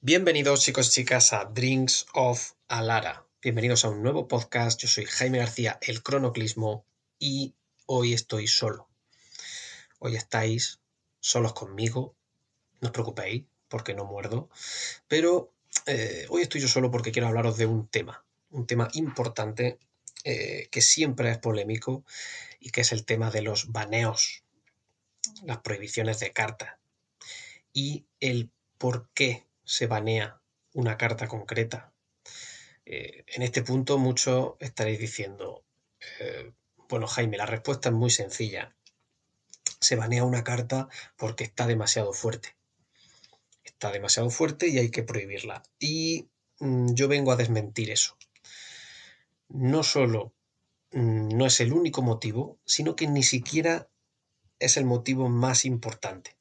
Bienvenidos chicos y chicas a Drinks of Alara. Bienvenidos a un nuevo podcast. Yo soy Jaime García, el Cronoclismo, y hoy estoy solo. Hoy estáis solos conmigo. No os preocupéis, porque no muerdo. Pero hoy estoy yo solo porque quiero hablaros de un tema importante que siempre es polémico y que es el tema de los baneos, las prohibiciones de cartas y el por qué se banea una carta concreta. En este punto muchos estaréis diciendo, bueno Jaime, la respuesta es muy sencilla. Se banea una carta porque está demasiado fuerte. Está demasiado fuerte y hay que prohibirla. Y yo vengo a desmentir eso. No solo no es el único motivo, sino que ni siquiera es el motivo más importante.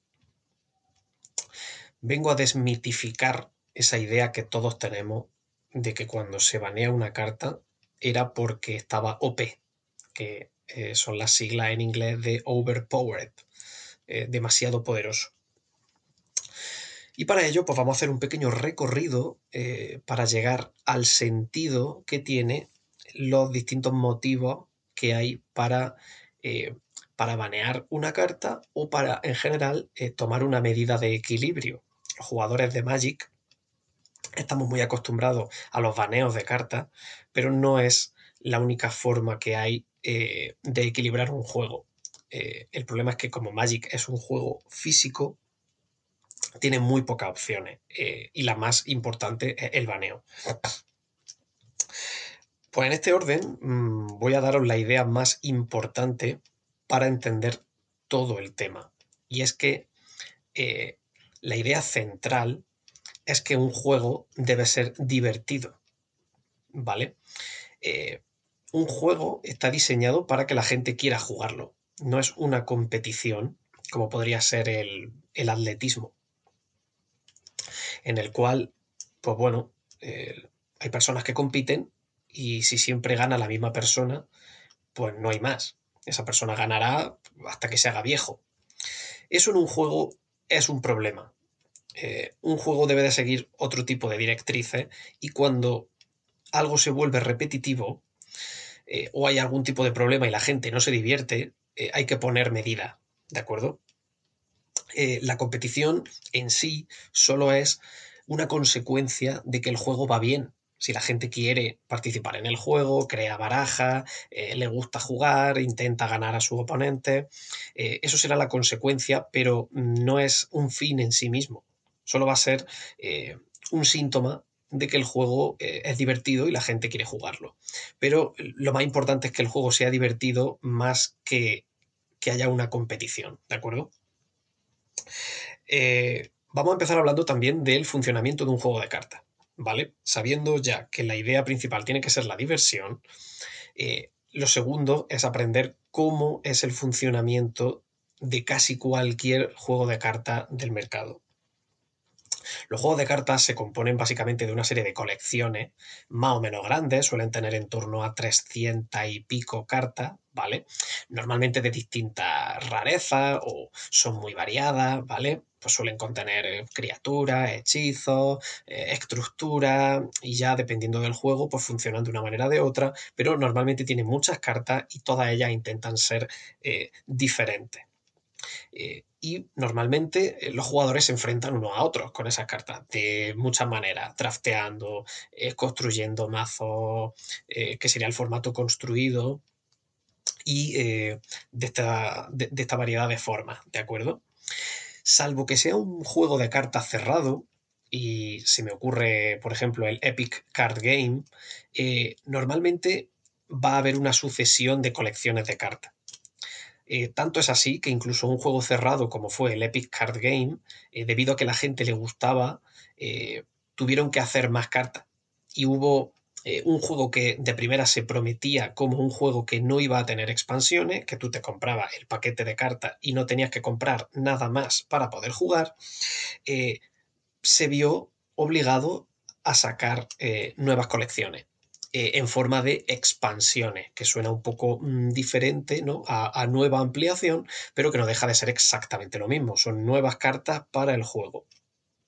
Vengo a desmitificar esa idea que todos tenemos de que cuando se banea una carta era porque estaba OP, que son las siglas en inglés de overpowered, demasiado poderoso. Y para ello, pues vamos a hacer un pequeño recorrido para llegar al sentido que tiene los distintos motivos que hay para banear una carta o para, en general, tomar una medida de equilibrio. Los jugadores de Magic estamos muy acostumbrados a los baneos de cartas, pero no es la única forma que hay de equilibrar un juego. El problema es que como Magic es un juego físico, tiene muy pocas opciones y la más importante es el baneo. Pues en este orden voy a daros la idea más importante para entender todo el tema. Y es que la idea central es que un juego debe ser divertido, ¿vale? Un juego está diseñado para que la gente quiera jugarlo. No es una competición, como podría ser el atletismo, en el cual, pues bueno, hay personas que compiten y si siempre gana la misma persona, pues no hay más. Esa persona ganará hasta que se haga viejo. Eso en un juego es un problema. Un juego debe de seguir otro tipo de directrices y cuando algo se vuelve repetitivo o hay algún tipo de problema y la gente no se divierte, hay que poner medida, ¿de acuerdo? La competición en sí solo es una consecuencia de que el juego va bien. Si la gente quiere participar en el juego, crea baraja, le gusta jugar, intenta ganar a su oponente, eso será la consecuencia, pero no es un fin en sí mismo. Solo va a ser un síntoma de que el juego es divertido y la gente quiere jugarlo. Pero lo más importante es que el juego sea divertido más que haya una competición, ¿de acuerdo? Vamos a empezar hablando también del funcionamiento de un juego de cartas, ¿vale? Sabiendo ya que la idea principal tiene que ser la diversión, lo segundo es aprender cómo es el funcionamiento de casi cualquier juego de cartas del mercado. Los juegos de cartas se componen básicamente de una serie de colecciones más o menos grandes, suelen tener en torno a 300 y pico cartas, ¿vale? Normalmente de distintas rarezas o son muy variadas, ¿vale? Pues suelen contener criaturas, hechizos, estructuras y ya dependiendo del juego pues funcionan de una manera o de otra, pero normalmente tienen muchas cartas y todas ellas intentan ser diferentes. Y normalmente los jugadores se enfrentan unos a otros con esas cartas de muchas maneras, drafteando, construyendo mazos, que sería el formato construido, y de esta variedad de formas, ¿de acuerdo? Salvo que sea un juego de cartas cerrado, y se me ocurre, por ejemplo, el Epic Card Game, normalmente va a haber una sucesión de colecciones de cartas. Tanto es así que incluso un juego cerrado como fue el Epic Card Game, debido a que la gente le gustaba, tuvieron que hacer más cartas. Y hubo un juego que de primera se prometía como un juego que no iba a tener expansiones, que tú te comprabas el paquete de cartas y no tenías que comprar nada más para poder jugar, se vio obligado a sacar nuevas colecciones en forma de expansiones, que suena un poco diferente, ¿no? A nueva ampliación, pero que no deja de ser exactamente lo mismo. Son nuevas cartas para el juego.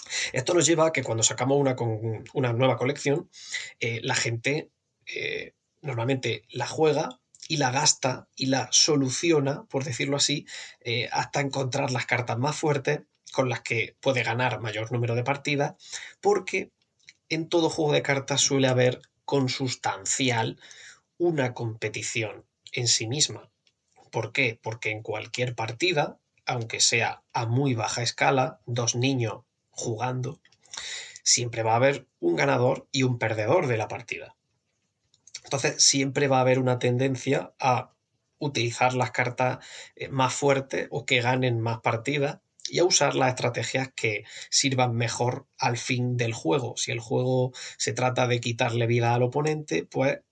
Esto nos lleva a que cuando sacamos una nueva colección, la gente normalmente la juega y la gasta y la soluciona, por decirlo así, hasta encontrar las cartas más fuertes con las que puede ganar mayor número de partidas, porque en todo juego de cartas suele haber consustancial una competición en sí misma. ¿Por qué? Porque en cualquier partida, aunque sea a muy baja escala, dos niños jugando, siempre va a haber un ganador y un perdedor de la partida. Entonces siempre va a haber una tendencia a utilizar las cartas más fuertes o que ganen más partidas y a usar las estrategias que sirvan mejor al fin del juego. Si el juego se trata de quitarle vida al oponente, pues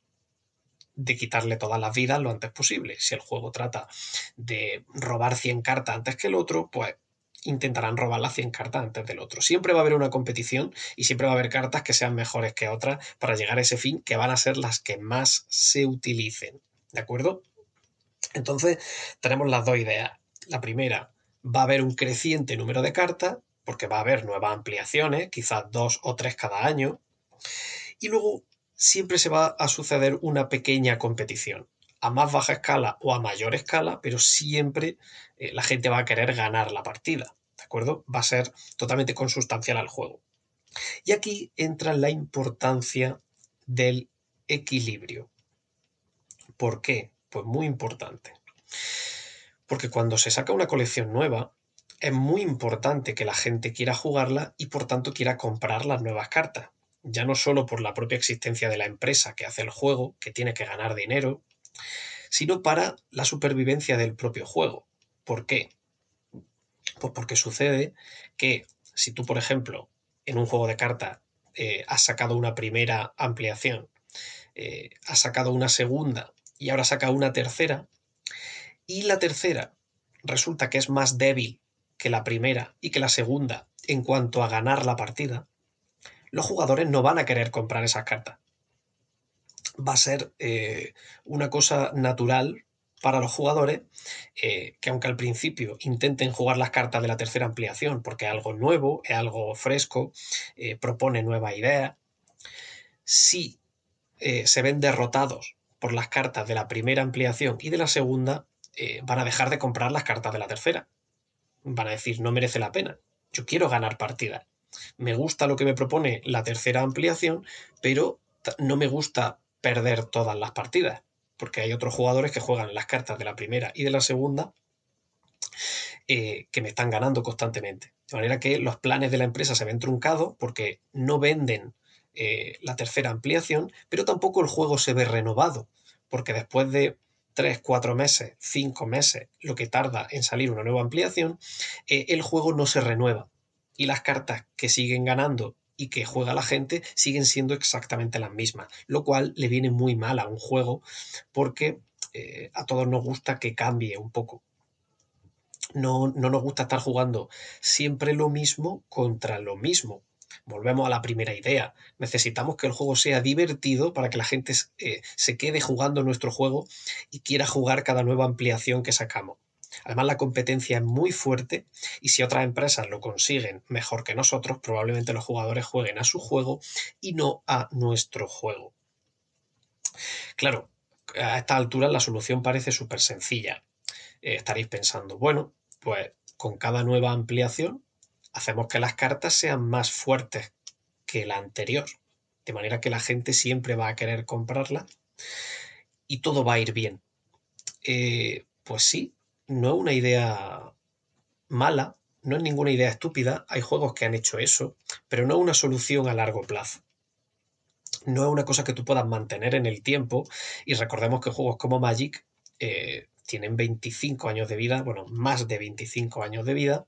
de quitarle todas las vidas lo antes posible. Si el juego trata de robar 100 cartas antes que el otro, pues intentarán robar las 100 cartas antes del otro. Siempre va a haber una competición y siempre va a haber cartas que sean mejores que otras para llegar a ese fin, que van a ser las que más se utilicen. ¿De acuerdo? Entonces, tenemos las dos ideas. La primera, va a haber un creciente número de cartas, porque va a haber nuevas ampliaciones, quizás 2 o 3 cada año, y luego siempre se va a suceder una pequeña competición, a más baja escala o a mayor escala, pero siempre la gente va a querer ganar la partida, ¿de acuerdo? Va a ser totalmente consustancial al juego. Y aquí entra la importancia del equilibrio. ¿Por qué? Pues muy importante. Porque cuando se saca una colección nueva, es muy importante que la gente quiera jugarla y por tanto quiera comprar las nuevas cartas. Ya no solo por la propia existencia de la empresa que hace el juego, que tiene que ganar dinero, sino para la supervivencia del propio juego. ¿Por qué? Pues porque sucede que si tú, por ejemplo, en un juego de cartas has sacado una primera ampliación, has sacado una segunda y ahora saca una tercera, y la tercera resulta que es más débil que la primera y que la segunda en cuanto a ganar la partida, los jugadores no van a querer comprar esas cartas. Va a ser una cosa natural para los jugadores que aunque al principio intenten jugar las cartas de la tercera ampliación porque es algo nuevo, es algo fresco, propone nuevas ideas, si se ven derrotados por las cartas de la primera ampliación y de la segunda, van a dejar de comprar las cartas de la tercera. Van a decir, no merece la pena. Yo quiero ganar partidas. Me gusta lo que me propone la tercera ampliación, pero no me gusta perder todas las partidas, porque hay otros jugadores que juegan las cartas de la primera y de la segunda que me están ganando constantemente. De manera que los planes de la empresa se ven truncados porque no venden la tercera ampliación, pero tampoco el juego se ve renovado, porque después de 3, 4 meses, 5 meses, lo que tarda en salir una nueva ampliación, el juego no se renueva. Y las cartas que siguen ganando y que juega la gente siguen siendo exactamente las mismas, lo cual le viene muy mal a un juego porque a todos nos gusta que cambie un poco. No nos gusta estar jugando siempre lo mismo contra lo mismo. Volvemos a la primera idea. Necesitamos que el juego sea divertido para que la gente se quede jugando nuestro juego y quiera jugar cada nueva ampliación que sacamos. Además, la competencia es muy fuerte y si otras empresas lo consiguen mejor que nosotros, probablemente los jugadores jueguen a su juego y no a nuestro juego. Claro, a esta altura la solución parece súper sencilla. Estaréis pensando, bueno, pues con cada nueva ampliación hacemos que las cartas sean más fuertes que la anterior, de manera que la gente siempre va a querer comprarla y todo va a ir bien. Pues sí, no es una idea mala, no es ninguna idea estúpida, hay juegos que han hecho eso, pero no es una solución a largo plazo. No es una cosa que tú puedas mantener en el tiempo y recordemos que juegos como Magic tienen 25 años de vida, bueno, más de 25 años de vida,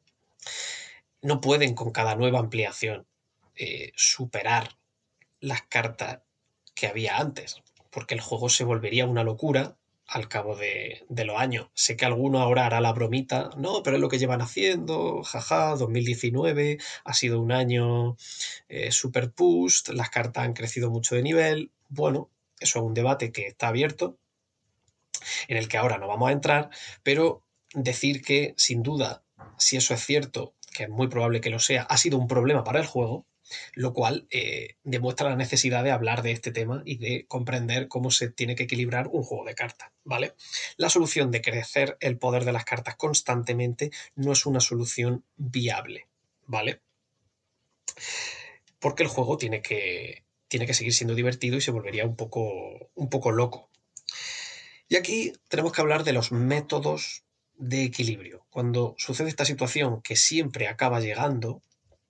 no pueden con cada nueva ampliación superar las cartas que había antes, porque el juego se volvería una locura al cabo de los años. Sé que alguno ahora hará la bromita, no, pero es lo que llevan haciendo, jaja, 2019 ha sido un año super push, las cartas han crecido mucho de nivel. Bueno, eso es un debate que está abierto, en el que ahora no vamos a entrar, pero decir que sin duda, si eso es cierto, que es muy probable que lo sea, ha sido un problema para el juego, lo cual demuestra la necesidad de hablar de este tema y de comprender cómo se tiene que equilibrar un juego de cartas, ¿vale? La solución de crecer el poder de las cartas constantemente no es una solución viable, ¿vale? Porque el juego tiene que seguir siendo divertido y se volvería un poco loco. Y aquí tenemos que hablar de los métodos de equilibrio. Cuando sucede esta situación que siempre acaba llegando,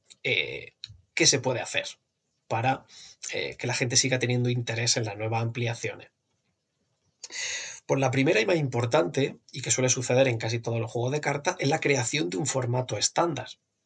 ¿qué se puede hacer para que la gente siga teniendo interés en las nuevas ampliaciones? Pues la primera y más importante, y que suele suceder en casi todos los juegos de cartas, es la creación de un formato estándar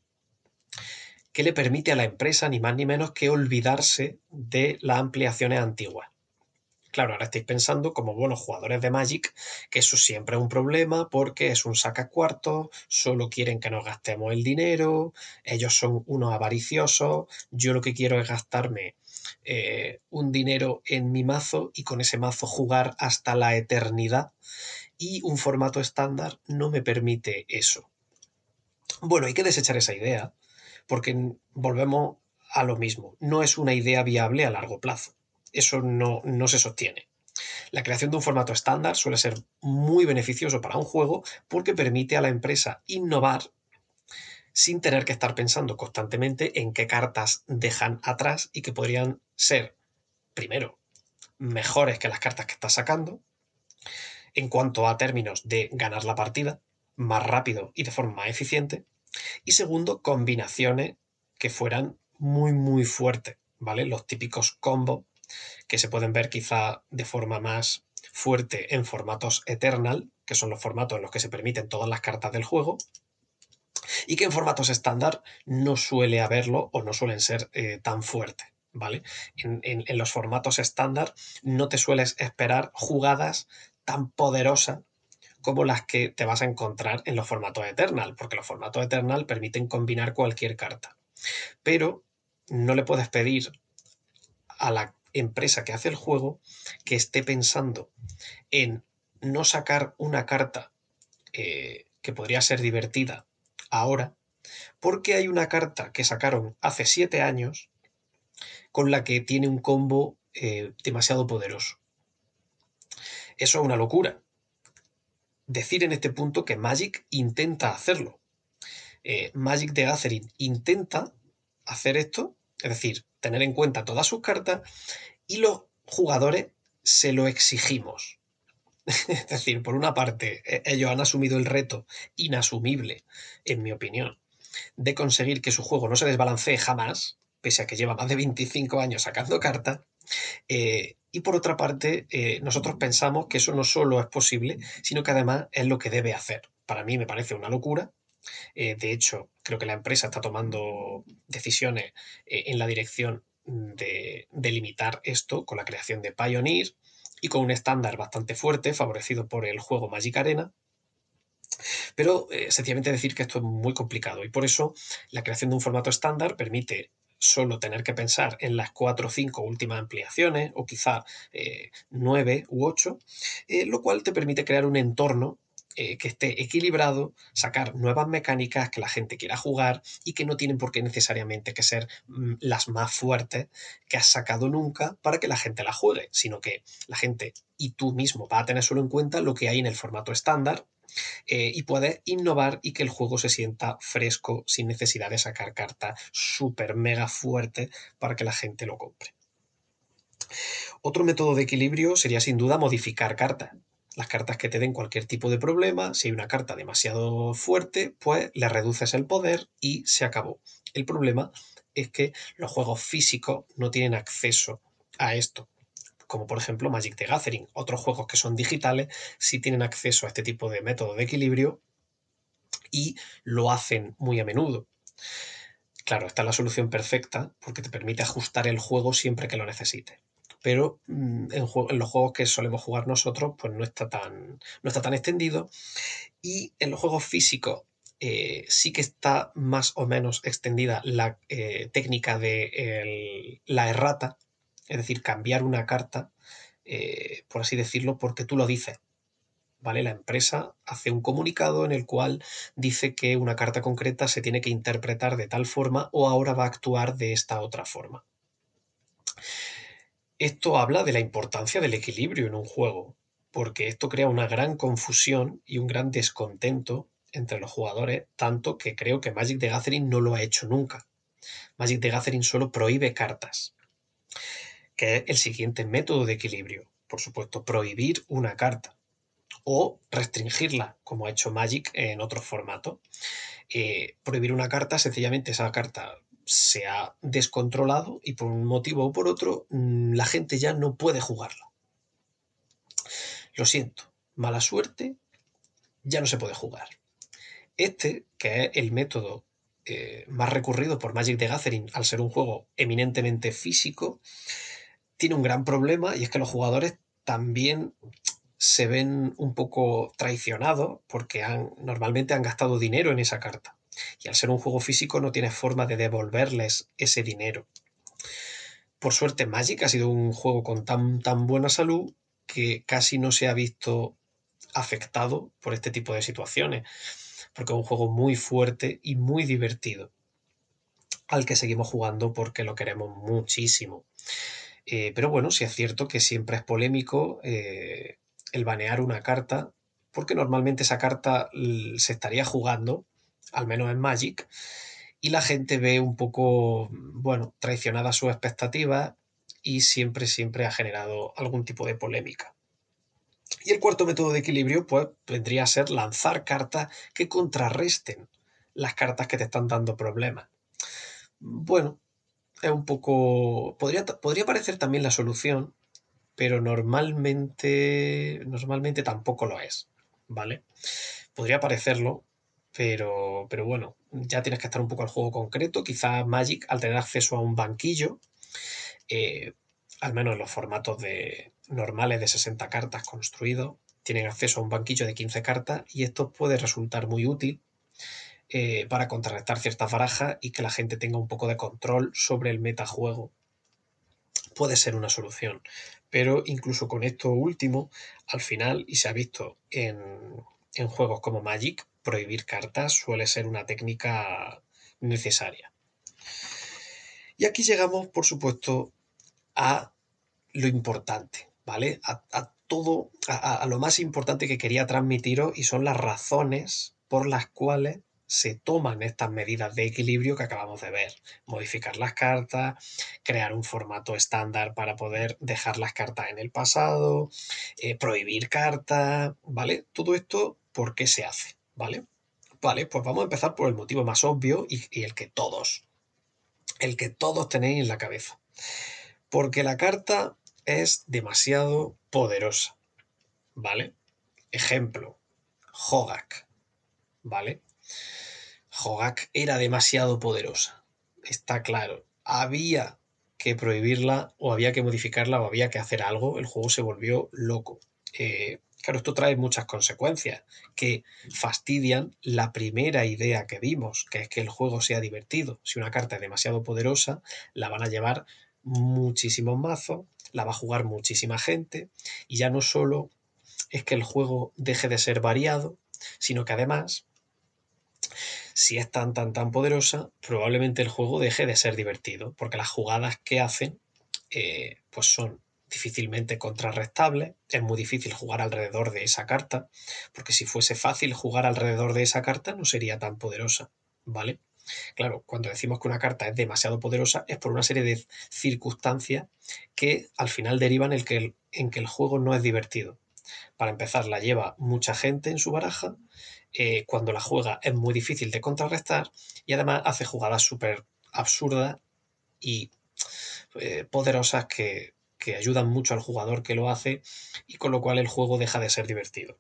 que le permite a la empresa ni más ni menos que olvidarse de las ampliaciones antiguas. Claro, ahora estáis pensando, como buenos jugadores de Magic, que eso siempre es un problema porque es un sacacuartos, solo quieren que nos gastemos el dinero, ellos son unos avariciosos, yo lo que quiero es gastarme un dinero en mi mazo y con ese mazo jugar hasta la eternidad, y un formato estándar no me permite eso. Bueno, hay que desechar esa idea porque volvemos a lo mismo, no es una idea viable a largo plazo. Eso no se sostiene. La creación de un formato estándar suele ser muy beneficioso para un juego porque permite a la empresa innovar sin tener que estar pensando constantemente en qué cartas dejan atrás y que podrían ser, primero, mejores que las cartas que está sacando, en cuanto a términos de ganar la partida más rápido y de forma más eficiente, y segundo, combinaciones que fueran muy fuertes, ¿vale? Los típicos combos que se pueden ver quizá de forma más fuerte en formatos Eternal, que son los formatos en los que se permiten todas las cartas del juego, y que en formatos estándar no suele haberlo o no suelen ser tan fuertes, ¿vale? En los formatos estándar no te sueles esperar jugadas tan poderosas como las que te vas a encontrar en los formatos Eternal, porque los formatos Eternal permiten combinar cualquier carta. Pero no le puedes pedir a la empresa que hace el juego que esté pensando en no sacar una carta que podría ser divertida ahora, porque hay una carta que sacaron hace 7 años con la que tiene un combo demasiado poderoso. Eso es una locura. Decir en este punto que Magic intenta hacerlo. Magic the Gathering intenta hacer esto, es decir, tener en cuenta todas sus cartas, y los jugadores se lo exigimos. Es decir, por una parte, ellos han asumido el reto inasumible, en mi opinión, de conseguir que su juego no se desbalancee jamás, pese a que lleva más de 25 años sacando cartas. Y por otra parte, nosotros pensamos que eso no solo es posible, sino que además es lo que debe hacer. Para mí me parece una locura. De hecho, creo que la empresa está tomando decisiones en la dirección de limitar esto con la creación de Pioneer y con un estándar bastante fuerte, favorecido por el juego Magic Arena. Pero sencillamente decir que esto es muy complicado y por eso la creación de un formato estándar permite solo tener que pensar en las 4 o 5 últimas ampliaciones o quizá 9 u 8, lo cual te permite crear un entorno que esté equilibrado, sacar nuevas mecánicas que la gente quiera jugar y que no tienen por qué necesariamente que ser las más fuertes que has sacado nunca para que la gente la juegue, sino que la gente y tú mismo vas a tener solo en cuenta lo que hay en el formato estándar, y puedes innovar y que el juego se sienta fresco sin necesidad de sacar cartas súper mega fuertes para que la gente lo compre. Otro método de equilibrio sería sin duda modificar cartas. Las cartas que te den cualquier tipo de problema, si hay una carta demasiado fuerte, pues le reduces el poder y se acabó. El problema es que los juegos físicos no tienen acceso a esto, como por ejemplo Magic the Gathering. Otros juegos que son digitales sí tienen acceso a este tipo de método de equilibrio y lo hacen muy a menudo. Claro, esta es la solución perfecta porque te permite ajustar el juego siempre que lo necesites. Pero en los juegos que solemos jugar nosotros, pues no está tan extendido. Y en los juegos físicos sí que está más o menos extendida la técnica de la errata, es decir, cambiar una carta, por así decirlo, porque tú lo dices. ¿vale? La empresa hace un comunicado en el cual dice que una carta concreta se tiene que interpretar de tal forma o ahora va a actuar de esta otra forma. Esto habla de la importancia del equilibrio en un juego, porque esto crea una gran confusión y un gran descontento entre los jugadores, tanto que creo que Magic the Gathering no lo ha hecho nunca. Magic the Gathering solo prohíbe cartas, que es el siguiente método de equilibrio. Por supuesto, prohibir una carta o restringirla, como ha hecho Magic en otros formatos. Prohibir una carta, sencillamente esa carta se ha descontrolado y por un motivo o por otro la gente ya no puede jugarla. Lo siento, mala suerte, ya no se puede jugar. Este, que es el método más recurrido por Magic the Gathering al ser un juego eminentemente físico, tiene un gran problema y es que los jugadores también se ven un poco traicionados porque normalmente han gastado dinero en esa carta. Y al ser un juego físico no tienes forma de devolverles ese dinero. Por suerte, Magic ha sido un juego con tan buena salud que casi no se ha visto afectado por este tipo de situaciones, porque es un juego muy fuerte y muy divertido, al que seguimos jugando porque lo queremos muchísimo. Pero bueno, sí es cierto que siempre es polémico el banear una carta, porque normalmente esa carta se estaría jugando, al menos en Magic, y la gente ve un poco, bueno, traicionadas sus expectativas y siempre ha generado algún tipo de polémica. Y el cuarto método de equilibrio, pues, vendría a ser lanzar cartas que contrarresten las cartas que te están dando problemas. Bueno, es un poco. Podría parecer también la solución, pero normalmente tampoco lo es, ¿vale? Podría parecerlo, pero bueno, ya tienes que estar un poco al juego concreto. Quizás Magic, al tener acceso a un banquillo, eh, al menos en los formatos normales de 60 cartas construidos, tienen acceso a un banquillo de 15 cartas y esto puede resultar muy útil para contrarrestar ciertas barajas y que la gente tenga un poco de control sobre el metajuego. Puede ser una solución, pero incluso con esto último, al final, y se ha visto en juegos como Magic, prohibir cartas suele ser una técnica necesaria. Y aquí llegamos, por supuesto, a lo importante, ¿vale? A todo, a lo más importante que quería transmitiros y son las razones por las cuales se toman estas medidas de equilibrio que acabamos de ver. Modificar las cartas, crear un formato estándar para poder dejar las cartas en el pasado, prohibir cartas, ¿vale? Todo esto, ¿por qué se hace? ¿Vale? Vale, pues vamos a empezar por el motivo más obvio y el que todos tenéis en la cabeza. Porque la carta es demasiado poderosa, ¿vale? Ejemplo, Hogak, ¿vale? Hogak era demasiado poderosa, está claro. Había que prohibirla o había que modificarla o había que hacer algo, el juego se volvió loco. Claro, esto trae muchas consecuencias que fastidian la primera idea que vimos, que es que el juego sea divertido. Si una carta es demasiado poderosa, la van a llevar muchísimos mazos, la va a jugar muchísima gente y ya no solo es que el juego deje de ser variado, sino que además, si es tan poderosa, probablemente el juego deje de ser divertido, porque las jugadas que hacen pues son difícilmente contrarrestables, es muy difícil jugar alrededor de esa carta, porque si fuese fácil jugar alrededor de esa carta no sería tan poderosa, ¿vale? Claro, cuando decimos que una carta es demasiado poderosa es por una serie de circunstancias que al final derivan en que el juego no es divertido. Para empezar, la lleva mucha gente en su baraja, cuando la juega es muy difícil de contrarrestar y además hace jugadas súper absurdas y poderosas que ayudan mucho al jugador que lo hace y con lo cual el juego deja de ser divertido.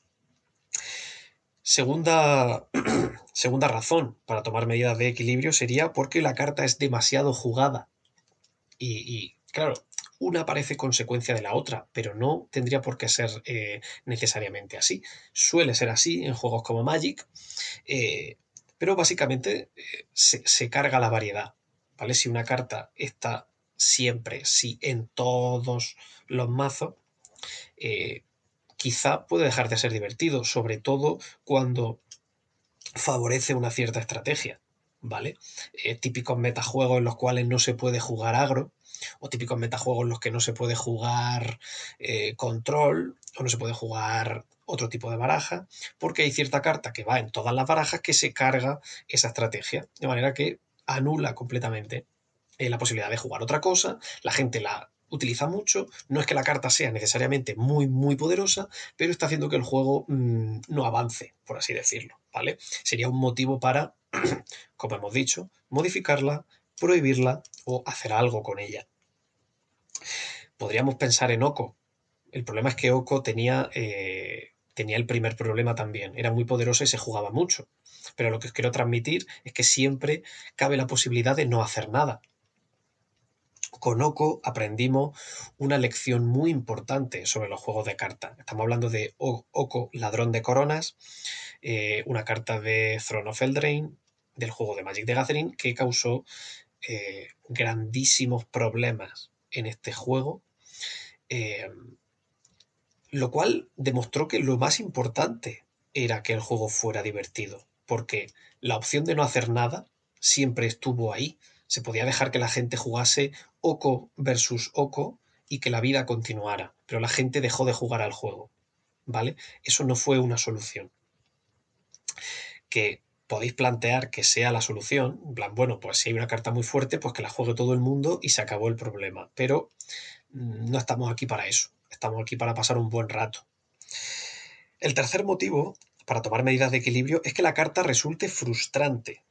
Segunda, segunda razón para tomar medidas de equilibrio sería porque la carta es demasiado jugada. Y claro, una parece consecuencia de la otra, pero no tendría por qué ser necesariamente así. Suele ser así en juegos como Magic, eh, pero básicamente se carga la variedad. ¿Vale? Si una carta está siempre, sí, en todos los mazos, eh, quizá puede dejar de ser divertido, sobre todo cuando favorece una cierta estrategia, ¿vale? Típicos metajuegos en los cuales no se puede jugar agro, o típicos metajuegos en los que no se puede jugar control, o no se puede jugar otro tipo de baraja, porque hay cierta carta que va en todas las barajas que se carga esa estrategia, de manera que anula completamente la posibilidad de jugar otra cosa, la gente la utiliza mucho, no es que la carta sea necesariamente muy, muy poderosa, pero está haciendo que el juego no avance, por así decirlo, ¿vale? Sería un motivo para, como hemos dicho, modificarla, prohibirla o hacer algo con ella. Podríamos pensar en Oko. El problema es que Oko tenía el primer problema también. Era muy poderosa y se jugaba mucho. Pero lo que os quiero transmitir es que siempre cabe la posibilidad de no hacer nada. Con Oko aprendimos una lección muy importante sobre los juegos de cartas. Estamos hablando de Oko, Ladrón de Coronas, una carta de Throne of Eldraine, del juego de Magic the Gathering, que causó grandísimos problemas en este juego, eh, lo cual demostró que lo más importante era que el juego fuera divertido, porque la opción de no hacer nada siempre estuvo ahí. Se podía dejar que la gente jugase Oko versus Oko y que la vida continuara, pero la gente dejó de jugar al juego, ¿vale? Eso no fue una solución. Que podéis plantear que sea la solución, en plan, bueno, pues si hay una carta muy fuerte, pues que la juegue todo el mundo y se acabó el problema, pero no estamos aquí para eso, estamos aquí para pasar un buen rato. El tercer motivo para tomar medidas de equilibrio es que la carta resulte frustrante.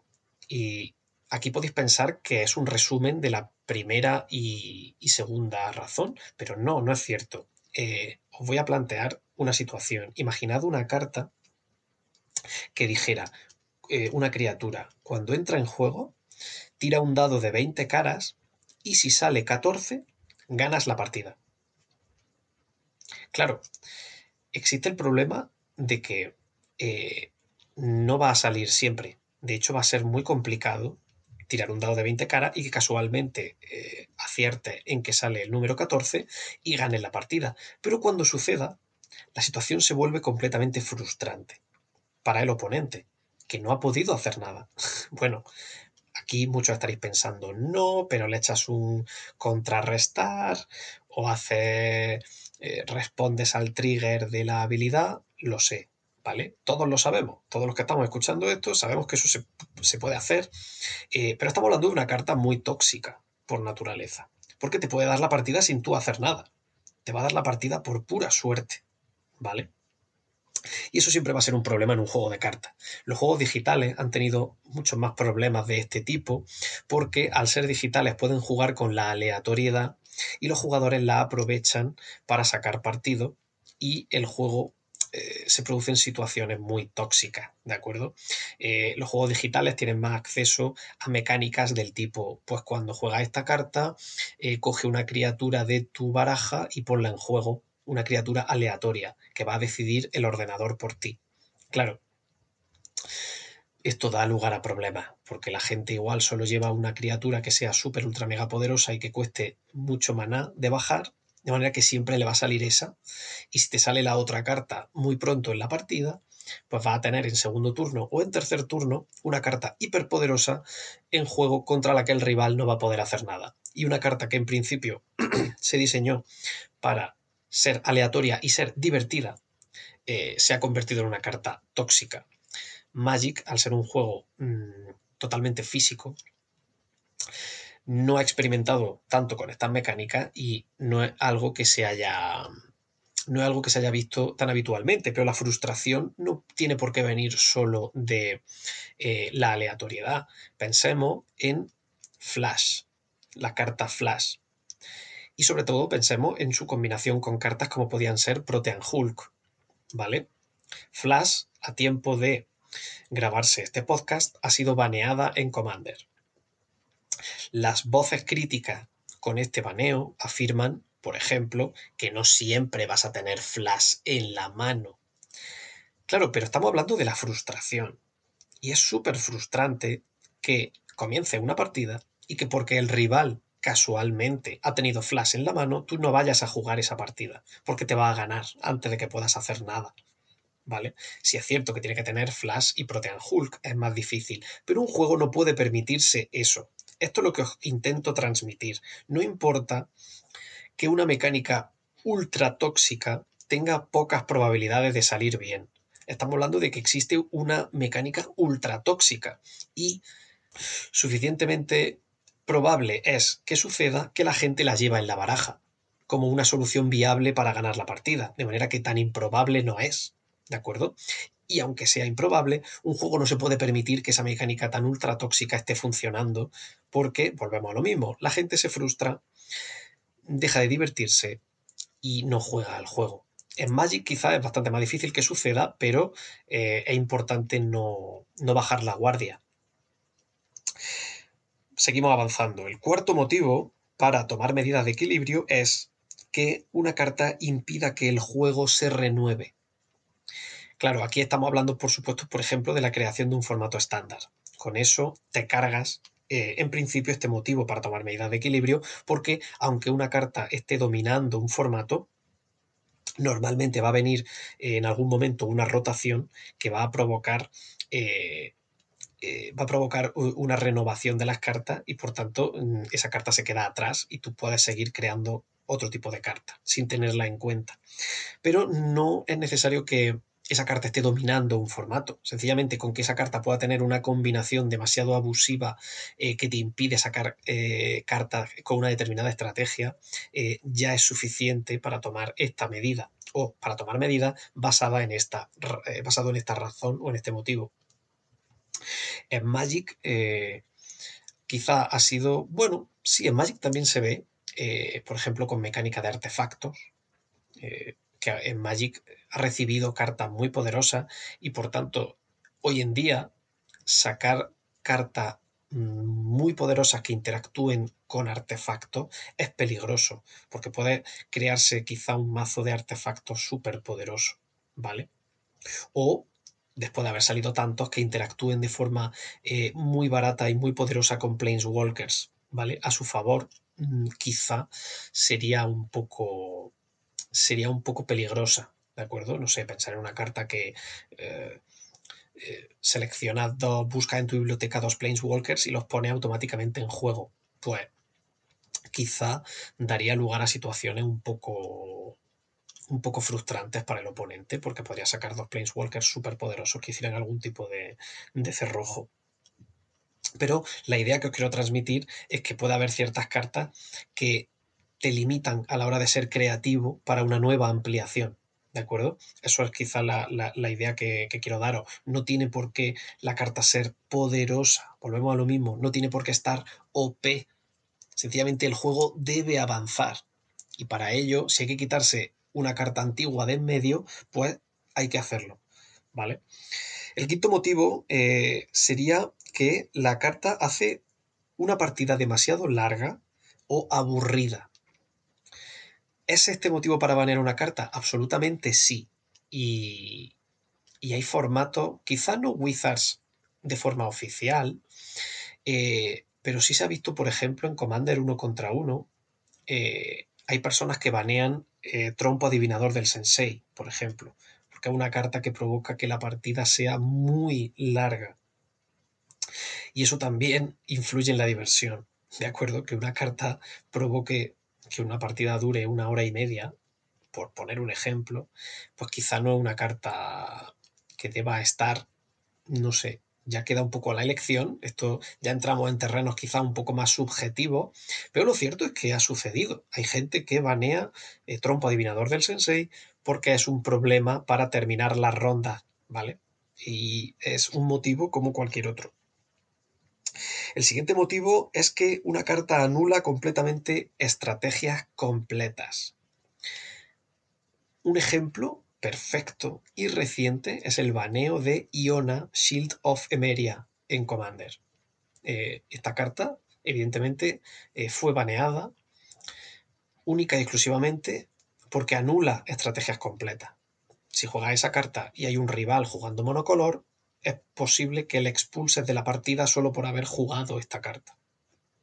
Y aquí podéis pensar que es un resumen de la primera y segunda razón, pero no, no es cierto. Os voy a plantear una situación. Imaginad una carta que dijera, una criatura, cuando entra en juego, tira un dado de 20 caras y si sale 14, ganas la partida. Claro, existe el problema de que no va a salir siempre. De hecho, va a ser muy complicado tirar un dado de 20 caras y que casualmente acierte en que sale el número 14 y gane la partida. Pero cuando suceda, la situación se vuelve completamente frustrante para el oponente, que no ha podido hacer nada. Bueno, aquí muchos estaréis pensando, no, pero le echas un contrarrestar o haces, respondes al trigger de la habilidad, lo sé, ¿vale? Todos lo sabemos, todos los que estamos escuchando esto sabemos que eso se puede hacer, pero estamos hablando de una carta muy tóxica por naturaleza, porque te puede dar la partida sin tú hacer nada, te va a dar la partida por pura suerte, ¿vale? Y eso siempre va a ser un problema en un juego de cartas. Los juegos digitales han tenido muchos más problemas de este tipo porque al ser digitales pueden jugar con la aleatoriedad y los jugadores la aprovechan para sacar partido y el juego se producen situaciones muy tóxicas, ¿de acuerdo? Los juegos digitales tienen más acceso a mecánicas del tipo, pues cuando juegas esta carta, coge una criatura de tu baraja y ponla en juego, una criatura aleatoria que va a decidir el ordenador por ti. Claro, esto da lugar a problemas, porque la gente igual solo lleva una criatura que sea súper ultra mega poderosa y que cueste mucho maná de bajar, de manera que siempre le va a salir esa, y si te sale la otra carta muy pronto en la partida, pues va a tener en segundo turno o en tercer turno una carta hiperpoderosa en juego contra la que el rival no va a poder hacer nada. Y una carta que en principio se diseñó para ser aleatoria y ser divertida, se ha convertido en una carta tóxica. Magic, al ser un juego totalmente físico, no ha experimentado tanto con estas mecánicas y no es algo que se haya visto tan habitualmente, pero la frustración no tiene por qué venir solo de la aleatoriedad. Pensemos en Flash, la carta Flash. Y sobre todo pensemos en su combinación con cartas como podían ser Protean Hulk, ¿vale? Flash, a tiempo de grabarse este podcast, ha sido baneada en Commander. Las voces críticas con este baneo afirman, por ejemplo, que no siempre vas a tener Flash en la mano. Claro, pero estamos hablando de la frustración. Y es súper frustrante que comience una partida y que porque el rival casualmente ha tenido Flash en la mano, tú no vayas a jugar esa partida, porque te va a ganar antes de que puedas hacer nada. ¿Vale? Si es cierto que tiene que tener Flash y Protean Hulk, es más difícil, pero un juego no puede permitirse eso. Esto es lo que os intento transmitir. No importa que una mecánica ultra tóxica tenga pocas probabilidades de salir bien. Estamos hablando de que existe una mecánica ultra tóxica y suficientemente probable es que suceda que la gente la lleva en la baraja como una solución viable para ganar la partida, de manera que tan improbable no es, ¿de acuerdo? Y aunque sea improbable, un juego no se puede permitir que esa mecánica tan ultra tóxica esté funcionando, porque, volvemos a lo mismo, la gente se frustra, deja de divertirse y no juega al juego. En Magic quizá es bastante más difícil que suceda, pero es importante no bajar la guardia. Seguimos avanzando. El cuarto motivo para tomar medidas de equilibrio es que una carta impida que el juego se renueve. Claro, aquí estamos hablando, por supuesto, por ejemplo, de la creación de un formato estándar. Con eso te cargas, en principio, este motivo para tomar medidas de equilibrio, porque aunque una carta esté dominando un formato, normalmente va a venir en algún momento una rotación que va a provocar una renovación de las cartas y por tanto esa carta se queda atrás y tú puedes seguir creando otro tipo de carta sin tenerla en cuenta. Pero no es necesario que esa carta esté dominando un formato. Sencillamente con que esa carta pueda tener una combinación demasiado abusiva que te impide sacar cartas con una determinada estrategia, ya es suficiente para tomar esta medida o para tomar medidas basado en esta razón o en este motivo. En Magic quizá ha sido, bueno, sí, en Magic también se ve, por ejemplo, con mecánica de artefactos, que en Magic ha recibido cartas muy poderosas y por tanto hoy en día sacar cartas muy poderosas que interactúen con artefactos es peligroso porque puede crearse quizá un mazo de artefactos súper poderoso, ¿vale? O después de haber salido tantos que interactúen de forma muy barata y muy poderosa con Planeswalkers, ¿vale? A su favor, quizá sería un poco peligrosa, ¿de acuerdo? No sé, pensar en una carta que eh, selecciona dos, busca en tu biblioteca dos Planeswalkers y los pone automáticamente en juego. Pues quizá daría lugar a situaciones un poco frustrantes para el oponente, porque podría sacar dos Planeswalkers súper poderosos que hicieran algún tipo de cerrojo. Pero la idea que os quiero transmitir es que puede haber ciertas cartas que te limitan a la hora de ser creativo para una nueva ampliación. ¿De acuerdo? Eso es quizá la idea que quiero daros. No tiene por qué la carta ser poderosa. Volvemos a lo mismo. No tiene por qué estar OP. Sencillamente el juego debe avanzar. Y para ello, si hay que quitarse una carta antigua de en medio, pues hay que hacerlo. ¿Vale? El quinto motivo sería que la carta hace una partida demasiado larga o aburrida. ¿Es este motivo para banear una carta? Absolutamente sí. Y hay formatos, quizá no Wizards de forma oficial, pero sí se ha visto, por ejemplo, en Commander 1 contra 1, hay personas que banean Trompo Adivinador del Sensei, por ejemplo, porque es una carta que provoca que la partida sea muy larga. Y eso también influye en la diversión, ¿de acuerdo? Que una carta provoque que una partida dure 1 hora y media, por poner un ejemplo, pues quizá no es una carta que deba estar, no sé, ya queda un poco a la elección, esto ya entramos en terrenos quizá un poco más subjetivos, pero lo cierto es que ha sucedido. Hay gente que banea Trompo Adivinador del Sensei porque es un problema para terminar las rondas, ¿vale? Y es un motivo como cualquier otro. El siguiente motivo es que una carta anula completamente estrategias completas. Un ejemplo perfecto y reciente es el baneo de Iona Shield of Emeria en Commander. Esta carta, evidentemente, fue baneada única y exclusivamente porque anula estrategias completas. Si juega esa carta y hay un rival jugando monocolor, es posible que le expulses de la partida solo por haber jugado esta carta.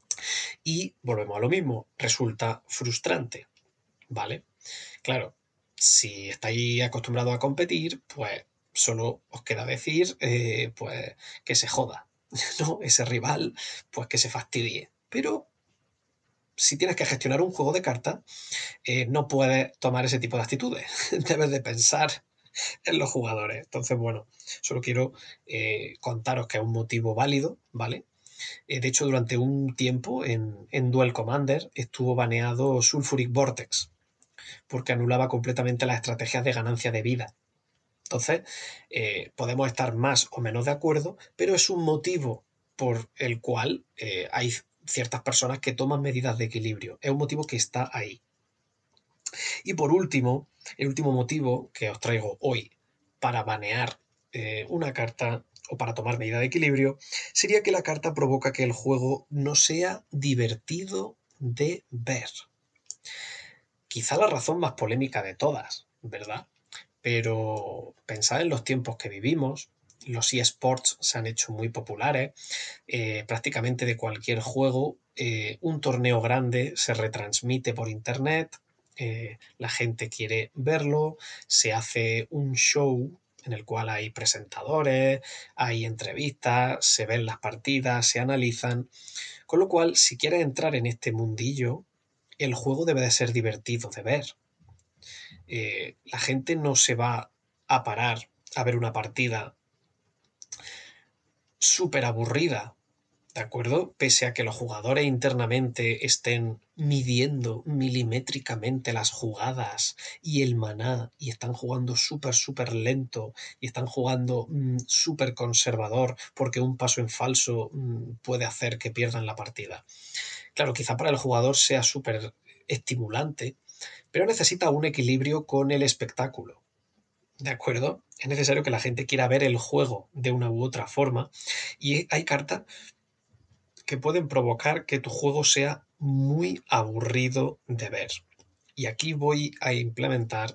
Y volvemos a lo mismo, resulta frustrante, ¿vale? Claro, si estáis acostumbrados a competir, pues solo os queda decir, pues que se joda, ¿no? Ese rival, pues que se fastidie. Pero si tienes que gestionar un juego de cartas, no puedes tomar ese tipo de actitudes. Debes de pensar en los jugadores. Entonces, bueno, solo quiero contaros que es un motivo válido, ¿vale? De hecho, durante un tiempo en Duel Commander estuvo baneado Sulfuric Vortex, porque anulaba completamente las estrategias de ganancia de vida. Entonces, podemos estar más o menos de acuerdo, pero es un motivo por el cual hay ciertas personas que toman medidas de equilibrio. Es un motivo que está ahí. Y por último, el último motivo que os traigo hoy para banear una carta o para tomar medida de equilibrio sería que la carta provoca que el juego no sea divertido de ver. Quizá la razón más polémica de todas, ¿verdad? Pero pensad en los tiempos que vivimos, los eSports se han hecho muy populares, prácticamente de cualquier juego, un torneo grande se retransmite por internet, la gente quiere verlo, se hace un show en el cual hay presentadores, hay entrevistas, se ven las partidas, se analizan, con lo cual si quieres entrar en este mundillo, el juego debe de ser divertido de ver. La gente no se va a parar a ver una partida súper aburrida, ¿de acuerdo? Pese a que los jugadores internamente estén midiendo milimétricamente las jugadas y el maná y están jugando súper lento y están jugando súper conservador porque un paso en falso puede hacer que pierdan la partida. Claro, quizá para el jugador sea súper estimulante, pero necesita un equilibrio con el espectáculo. ¿De acuerdo? Es necesario que la gente quiera ver el juego de una u otra forma y hay cartas que pueden provocar que tu juego sea muy aburrido de ver. Y aquí voy a implementar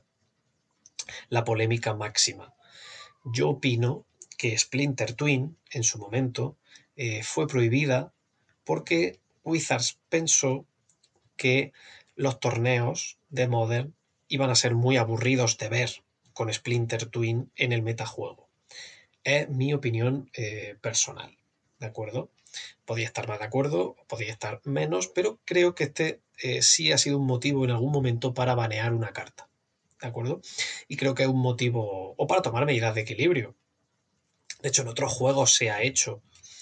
la polémica máxima. Yo opino que Splinter Twin, en su momento, fue prohibida porque Wizards pensó que los torneos de Modern iban a ser muy aburridos de ver con Splinter Twin en el metajuego. Es mi opinión personal, ¿de acuerdo? Podía estar más de acuerdo, podía estar menos, pero creo que este sí ha sido un motivo en algún momento para banear una carta, ¿de acuerdo? Y creo que es un motivo, o para tomar medidas de equilibrio. De hecho, en otros juegos se ha hecho,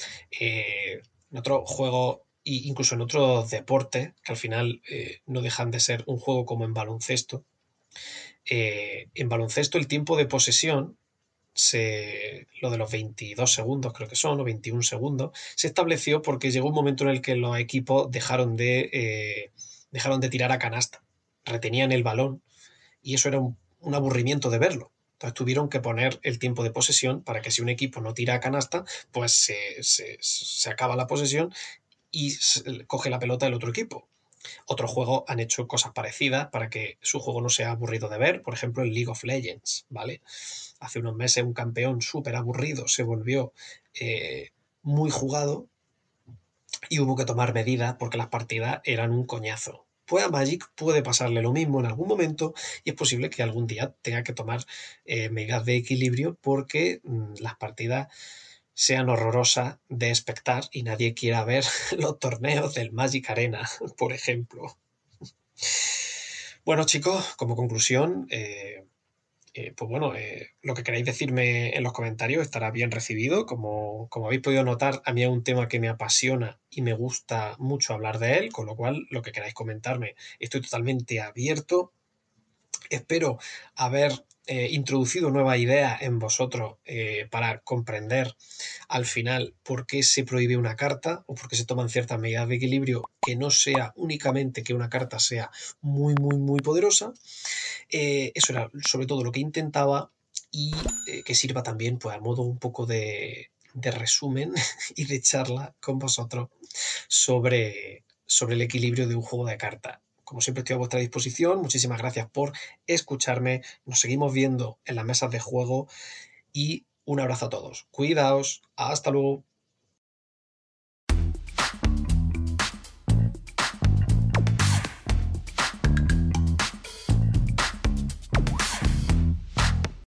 en otros juegos e incluso en otros deportes, que al final no dejan de ser un juego como en baloncesto. En baloncesto el tiempo de posesión lo de los 22 segundos, creo que son, o 21 segundos, se estableció porque llegó un momento en el que los equipos dejaron de tirar a canasta, retenían el balón y eso era un aburrimiento de verlo. Entonces tuvieron que poner el tiempo de posesión para que si un equipo no tira a canasta, pues se acaba la posesión y coge la pelota el otro equipo. Otros juegos han hecho cosas parecidas para que su juego no sea aburrido de ver, por ejemplo el League of Legends, ¿vale? Hace unos meses un campeón súper aburrido se volvió muy jugado y hubo que tomar medidas porque las partidas eran un coñazo. Pues a Magic puede pasarle lo mismo en algún momento y es posible que algún día tenga que tomar medidas de equilibrio porque las partidas sean horrorosas de espectar y nadie quiera ver los torneos del Magic Arena, por ejemplo. Bueno, chicos, como conclusión, pues bueno, lo que queráis decirme en los comentarios estará bien recibido. Como habéis podido notar, a mí es un tema que me apasiona y me gusta mucho hablar de él, con lo cual lo que queráis comentarme, estoy totalmente abierto. Espero haber introducido nuevas ideas en vosotros para comprender al final por qué se prohíbe una carta o por qué se toman ciertas medidas de equilibrio que no sea únicamente que una carta sea muy poderosa. Eso era sobre todo lo que intentaba y que sirva también pues a modo un poco de resumen y de charla con vosotros sobre el equilibrio de un juego de cartas. Como siempre estoy a vuestra disposición. Muchísimas gracias por escucharme. Nos seguimos viendo en las mesas de juego y un abrazo a todos. Cuidaos. Hasta luego.